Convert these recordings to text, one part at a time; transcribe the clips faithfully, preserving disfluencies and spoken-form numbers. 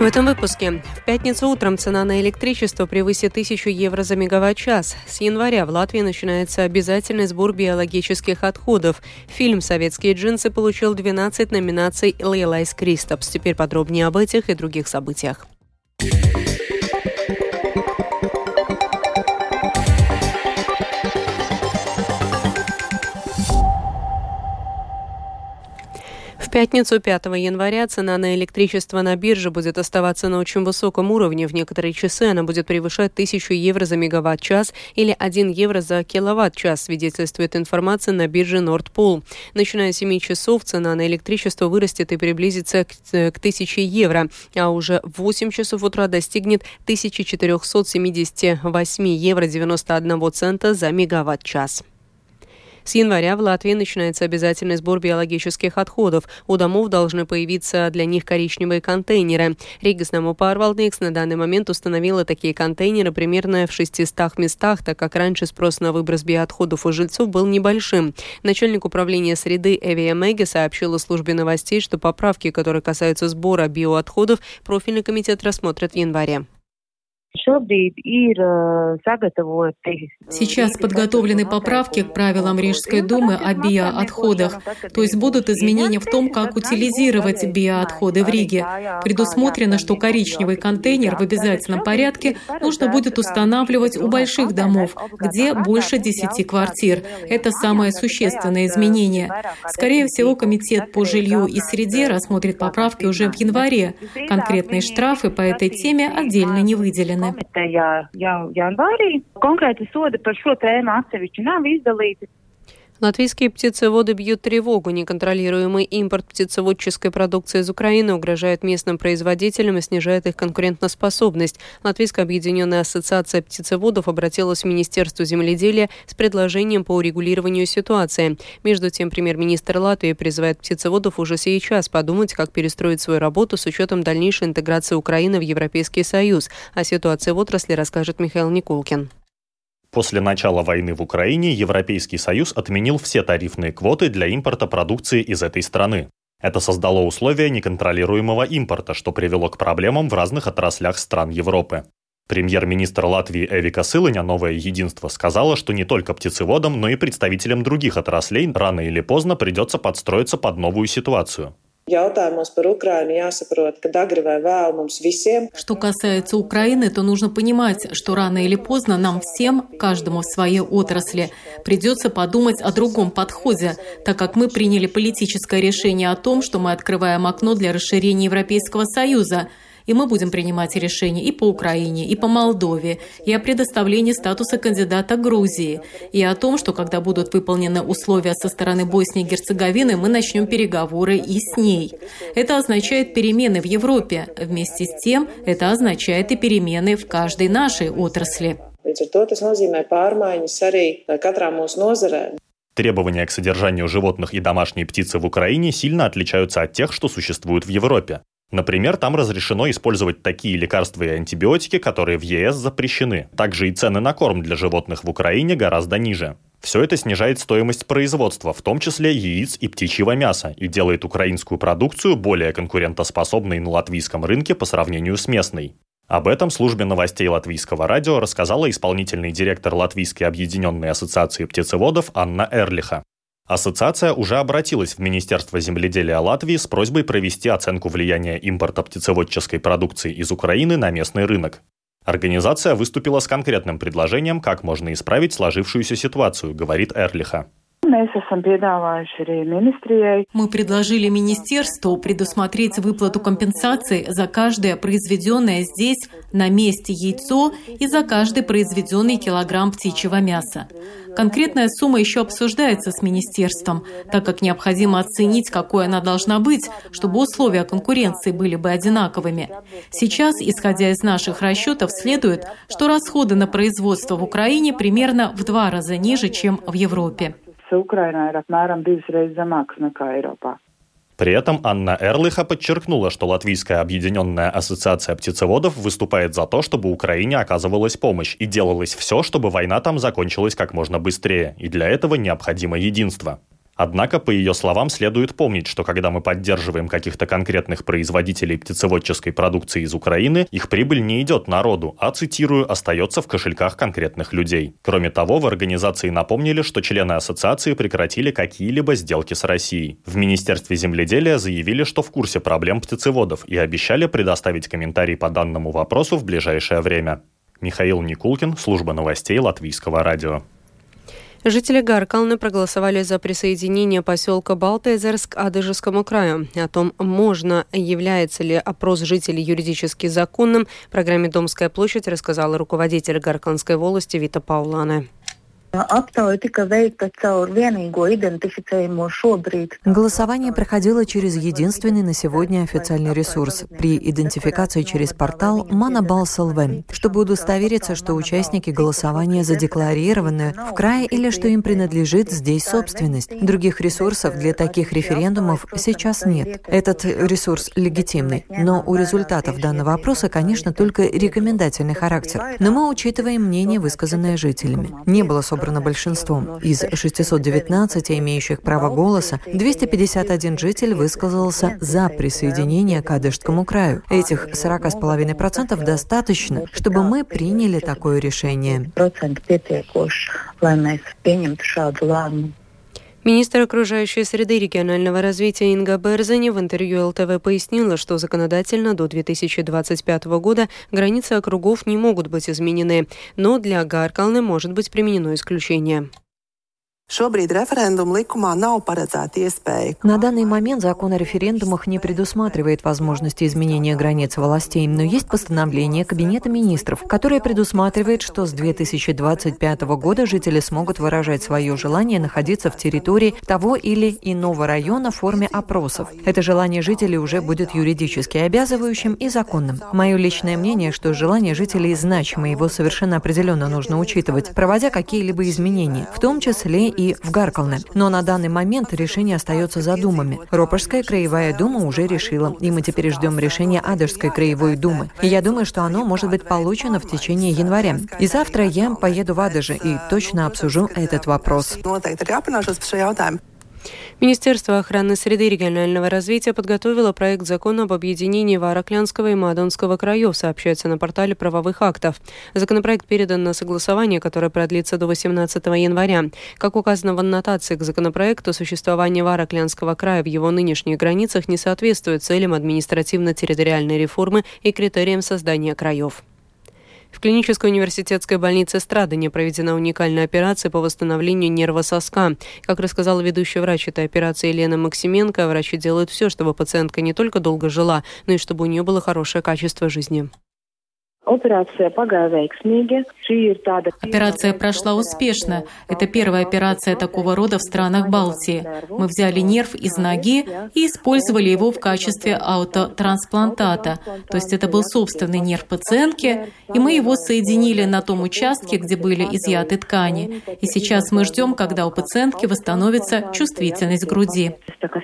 В этом выпуске. В пятницу утром цена на электричество превысит тысячу евро за мегаватт-час. С января в Латвии начинается обязательный сбор биологических отходов. Фильм «Советские джинсы» получил двенадцать номинаций Lielais Kristaps. Теперь подробнее об этих и других событиях. В пятницу пятого января цена на электричество на бирже будет оставаться на очень высоком уровне. В некоторые часы она будет превышать тысячу евро за мегаватт-час или один евро за киловатт-час, свидетельствует информация на бирже Nord Pool. Начиная с семи часов цена на электричество вырастет и приблизится к, к тысяче евро, а уже в восемь часов утра достигнет тысяча четыреста семьдесят восемь евро девяносто один цента за мегаватт-час. С января в Латвии начинается обязательный сбор биологических отходов. У домов должны появиться для них коричневые контейнеры. Риgas Namu pārvaldnieks на данный момент установила такие контейнеры примерно в шестистах местах, так как раньше спрос на выброс биоотходов у жильцов был небольшим. Начальник управления среды Эвия Меги сообщила службе новостей, что поправки, которые касаются сбора биоотходов, профильный комитет рассмотрит в январе. Сейчас подготовлены поправки к правилам Рижской думы о биоотходах, то есть будут изменения в том, как утилизировать биоотходы в Риге. Предусмотрено, что коричневый контейнер в обязательном порядке нужно будет устанавливать у больших домов, где больше десяти квартир. Это самое существенное изменение. Скорее всего, комитет по жилью и среде рассмотрит поправки уже в январе. Конкретные штрафы по этой теме отдельно не выделены. Латвийские птицеводы бьют тревогу. Неконтролируемый импорт птицеводческой продукции из Украины угрожает местным производителям и снижает их конкурентоспособность. Латвийская объединенная ассоциация птицеводов обратилась в Министерство земледелия с предложением по урегулированию ситуации. Между тем, премьер-министр Латвии призывает птицеводов уже сейчас подумать, как перестроить свою работу с учетом дальнейшей интеграции Украины в Европейский Союз. О ситуации в отрасли расскажет Михаил Никулкин. После начала войны в Украине Европейский Союз отменил все тарифные квоты для импорта продукции из этой страны. Это создало условия неконтролируемого импорта, что привело к проблемам в разных отраслях стран Европы. Премьер-министр Латвии Эвика Силаня «Новое единство» сказала, что не только птицеводам, но и представителям других отраслей рано или поздно придется подстроиться под новую ситуацию. Что касается Украины, то нужно понимать, что рано или поздно нам всем, каждому в своей отрасли, придется подумать о другом подходе, так как мы приняли политическое решение о том, что мы открываем окно для расширения Европейского Союза. И мы будем принимать решения и по Украине, и по Молдове, и о предоставлении статуса кандидата Грузии, и о том, что когда будут выполнены условия со стороны Боснии и Герцеговины, мы начнем переговоры и с ней. Это означает перемены в Европе. Вместе с тем, это означает и перемены в каждой нашей отрасли. Требования к содержанию животных и домашней птицы в Украине сильно отличаются от тех, что существуют в Европе. Например, там разрешено использовать такие лекарства и антибиотики, которые в ЕС запрещены. Также и цены на корм для животных в Украине гораздо ниже. Все это снижает стоимость производства, в том числе яиц и птичьего мяса, и делает украинскую продукцию более конкурентоспособной на латвийском рынке по сравнению с местной. Об этом службе новостей Латвийского радио рассказала исполнительный директор Латвийской объединенной ассоциации птицеводов Анна Эрлиха. Ассоциация уже обратилась в Министерство земледелия Латвии с просьбой провести оценку влияния импорта птицеводческой продукции из Украины на местный рынок. Организация выступила с конкретным предложением, как можно исправить сложившуюся ситуацию, говорит Эрлиха. Мы предложили министерству предусмотреть выплату компенсации за каждое произведенное здесь на месте яйцо и за каждый произведенный килограмм птичьего мяса. Конкретная сумма еще обсуждается с министерством, так как необходимо оценить, какой она должна быть, чтобы условия конкуренции были бы одинаковыми. Сейчас, исходя из наших расчетов, следует, что расходы на производство в Украине примерно в два раза ниже, чем в Европе. При этом Анна Эрлиха подчеркнула, что Латвийская объединенная ассоциация птицеводов выступает за то, чтобы Украине оказывалась помощь и делалось все, чтобы война там закончилась как можно быстрее, и для этого необходимо единство. Однако, по ее словам, следует помнить, что когда мы поддерживаем каких-то конкретных производителей птицеводческой продукции из Украины, их прибыль не идет народу, а, цитирую, остается в кошельках конкретных людей. Кроме того, в организации напомнили, что члены ассоциации прекратили какие-либо сделки с Россией. В Министерстве земледелия заявили, что в курсе проблем птицеводов и обещали предоставить комментарий по данному вопросу в ближайшее время. Михаил Никулкин, служба новостей Латвийского радио. Жители Гаркалны проголосовали за присоединение поселка Балтезерск к Адыжскому краю. О том, можно, является ли опрос жителей юридически законным, в программе «Домская площадь» рассказала руководитель Гаркалнской волости Вита Паулане. Голосование проходило через единственный на сегодня официальный ресурс при идентификации через портал Манабалсалвен, чтобы удостовериться, что участники голосования задекларированы в крае или что им принадлежит здесь собственность. Других ресурсов для таких референдумов сейчас нет. Этот ресурс легитимный, но у результатов данного опроса, конечно, только рекомендательный характер. Но мы учитываем мнение, высказанное жителями. Не было собрано большинством. Из шестисот девятнадцати имеющих право голоса двести пятьдесят один житель высказался за присоединение к Адыжскому краю. Этих сорок с половиной процентов достаточно, чтобы мы приняли такое решение. Министр окружающей среды и регионального развития Инга Берзани в интервью эл тэ вэ пояснила, что законодательно до две тысячи двадцать пятого года границы округов не могут быть изменены, но для Гаркалны может быть применено исключение. На данный момент закон о референдумах не предусматривает возможности изменения границ властей, но есть постановление Кабинета министров, которое предусматривает, что с две тысячи двадцать пятого года жители смогут выражать свое желание находиться в территории того или иного района в форме опросов. Это желание жителей уже будет юридически обязывающим и законным. Мое личное мнение, что желание жителей значимо, его совершенно определенно нужно учитывать, проводя какие-либо изменения, в том числе и и в Гаркалне. Но на данный момент решение остается за думами. Ропожская краевая дума уже решила, и мы теперь ждем решения Адыжской краевой думы. И я думаю, что оно может быть получено в течение января. И завтра я поеду в Адыжи и точно обсужу этот вопрос. Министерство охраны среды и регионального развития подготовило проект закона об объединении Вараклянского и Мадонского краев, сообщается на портале правовых актов. Законопроект передан на согласование, которое продлится до восемнадцатого января. Как указано в аннотации к законопроекту, существование Вараклянского края в его нынешних границах не соответствует целям административно-территориальной реформы и критериям создания краев. В клинической университетской больнице Страдания проведена уникальная операция по восстановлению нерва соска. Как рассказала ведущая врач этой операции Елена Максименко, врачи делают все, чтобы пациентка не только долго жила, но и чтобы у нее было хорошее качество жизни. Операция прошла успешно. Это первая операция такого рода в странах Балтии. Мы взяли нерв из ноги и использовали его в качестве аутотрансплантата. То есть это был собственный нерв пациентки, и мы его соединили на том участке, где были изъяты ткани. И сейчас мы ждем, когда у пациентки восстановится чувствительность груди.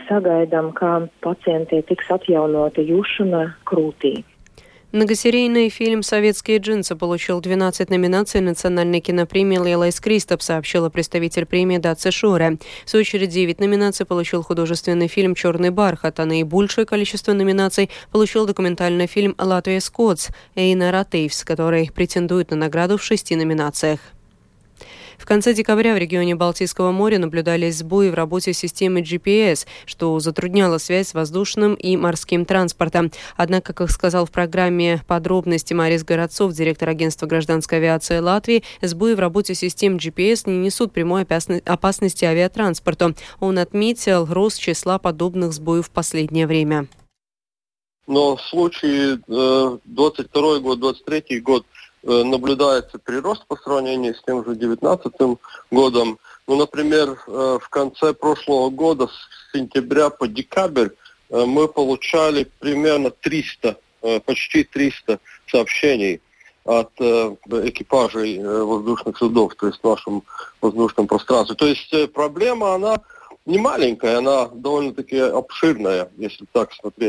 Многосерийный фильм «Советские джинсы» получил двенадцать номинаций национальной кинопремии «Лейлайс Кристоп», сообщила представитель премии Даце Шоре. В свою очередь, девять номинаций получил художественный фильм «Черный бархат», а наибольшее количество номинаций получил документальный фильм «Латвия Скотс» Эйнара Тейвс, который претендует на награду в шести номинациях. В конце декабря в регионе Балтийского моря наблюдались сбои в работе системы джи пи эс, что затрудняло связь с воздушным и морским транспортом. Однако, как сказал в программе «Подробности» Марис Городцов, директор агентства гражданской авиации Латвии, сбои в работе систем джи пи эс не несут прямой опасности авиатранспорту. Он отметил рост числа подобных сбоев в последнее время. Но в случае двадцать второй год, двадцать третий год наблюдается прирост по сравнению с тем же девятнадцатым годом. Ну, например, в конце прошлого года, с сентября по декабрь, мы получали примерно триста, почти триста сообщений от экипажей воздушных судов, то есть в нашем воздушном пространстве. То есть проблема, она не маленькая, она довольно-таки обширная, если так смотреть.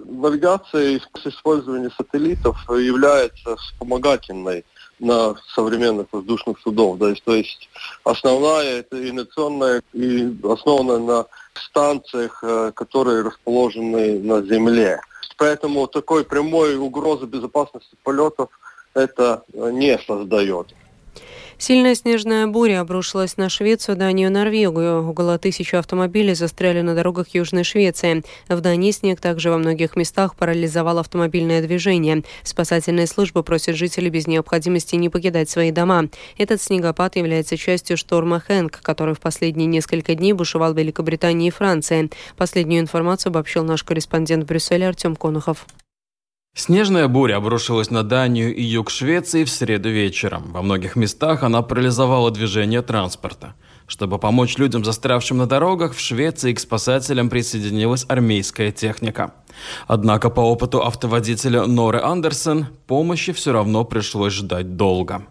Навигация с использованием сателлитов является вспомогательной на современных воздушных судах. То есть, то есть основная это инерционная и основана на станциях, которые расположены на Земле. Поэтому такой прямой угрозы безопасности полетов это не создает. Сильная снежная буря обрушилась на Швецию, Данию и Норвегию. Около тысячи автомобилей застряли на дорогах Южной Швеции. В Дании снег также во многих местах парализовал автомобильное движение. Спасательные службы просят жителей без необходимости не покидать свои дома. Этот снегопад является частью шторма Хэнк, который в последние несколько дней бушевал в Великобритании и Франции. Последнюю информацию обобщил наш корреспондент в Брюсселе Артем Конухов. Снежная буря обрушилась на Данию и юг Швеции в среду вечером. Во многих местах она парализовала движение транспорта. Чтобы помочь людям, застрявшим на дорогах, в Швеции к спасателям присоединилась армейская техника. Однако по опыту автоводителя Норы Андерсен помощи все равно пришлось ждать долго.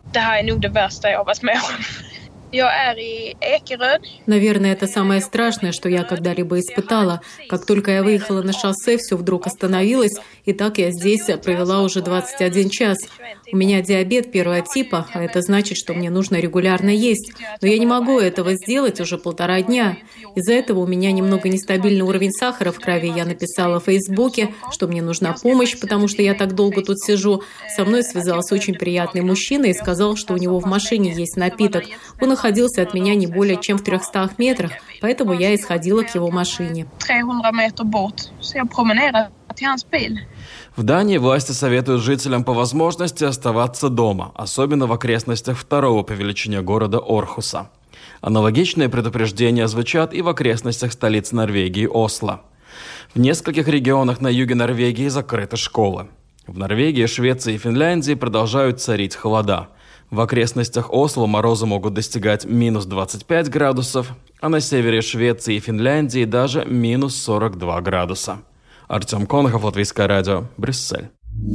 Наверное, это самое страшное, что я когда-либо испытала. Как только я выехала на шоссе, все вдруг остановилось, и так я здесь провела уже двадцать один час. У меня диабет первого типа, а это значит, что мне нужно регулярно есть. Но я не могу этого сделать уже полтора дня. Из-за этого у меня немного нестабильный уровень сахара в крови. Я написала в Фейсбуке, что мне нужна помощь, потому что я так долго тут сижу. Со мной связался очень приятный мужчина и сказал, что у него в машине есть напиток. Он находился от меня не более чем в трехстах метрах, поэтому я исходила к его машине. В Дании власти советуют жителям по возможности оставаться дома, особенно в окрестностях второго по величине города Орхуса. Аналогичные предупреждения звучат и в окрестностях столицы Норвегии Осло. В нескольких регионах на юге Норвегии закрыты школы. В Норвегии, Швеции и Финляндии продолжают царить холода. В окрестностях Осло морозы могут достигать минус двадцать пять градусов, а на севере Швеции и Финляндии даже минус сорок два градуса. Артем Конохов, Латвийское радио, Брюссель.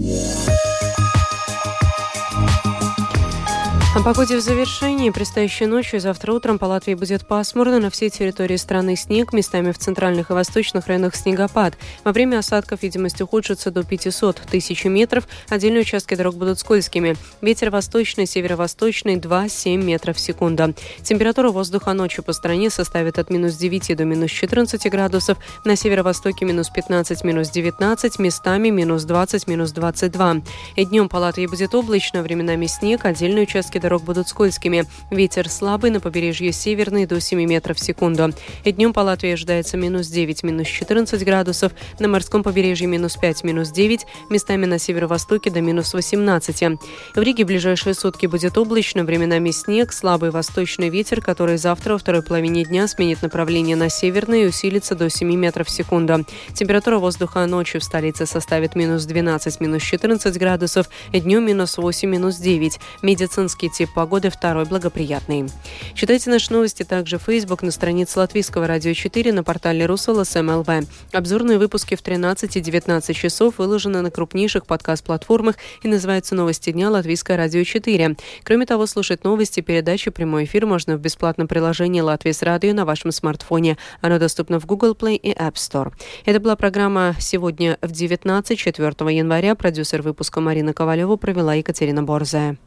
О погоде в завершении. Предстоящей ночью и завтра утром по Латвии будет пасмурно. На всей территории страны снег, местами в центральных и восточных районах снегопад. Во время осадков видимость ухудшится до пятисот тысяч метров. Отдельные участки дорог будут скользкими. Ветер восточный, северо-восточный два-семь метров в секунду. Температура воздуха ночью по стране составит от минус девяти до минус четырнадцати градусов. На северо-востоке минус пятнадцать, минус девятнадцать, местами минус двадцать, минус двадцать два. И днем по Латвии будет облачно, временами снег, отдельные участки дорог будут скользкими. Ветер слабый, на побережье северный до семи метров в секунду. И днем по Латвии ожидается минус девять, минус четырнадцать градусов, на морском побережье минус пять, минус девять, местами на северо-востоке до минус восемнадцати. В Риге в ближайшие сутки будет облачно, временами снег, слабый восточный ветер, который завтра во второй половине дня сменит направление на северный и усилится до семи метров в секунду. Температура воздуха ночью в столице составит минус двенадцать, минус четырнадцать градусов, и днем минус восемь, минус девять. Медицинский тип погоды второй благоприятный. Читайте наши новости также в Facebook, на странице Латвийского радио четыре, на портале Руслс.МЛВ. Обзорные выпуски в тринадцать и девятнадцать часов выложены на крупнейших подкаст-платформах и называются «Новости дня» Латвийское радио четыре. Кроме того, слушать новости, передачи, прямой эфир можно в бесплатном приложении «Латвийс радио» на вашем смартфоне. Оно доступно в Google Play и App Store. Это была программа «Сегодня в девятнадцать», четвёртого января. Продюсер выпуска Марина Ковалева, провела Екатерина Борзая.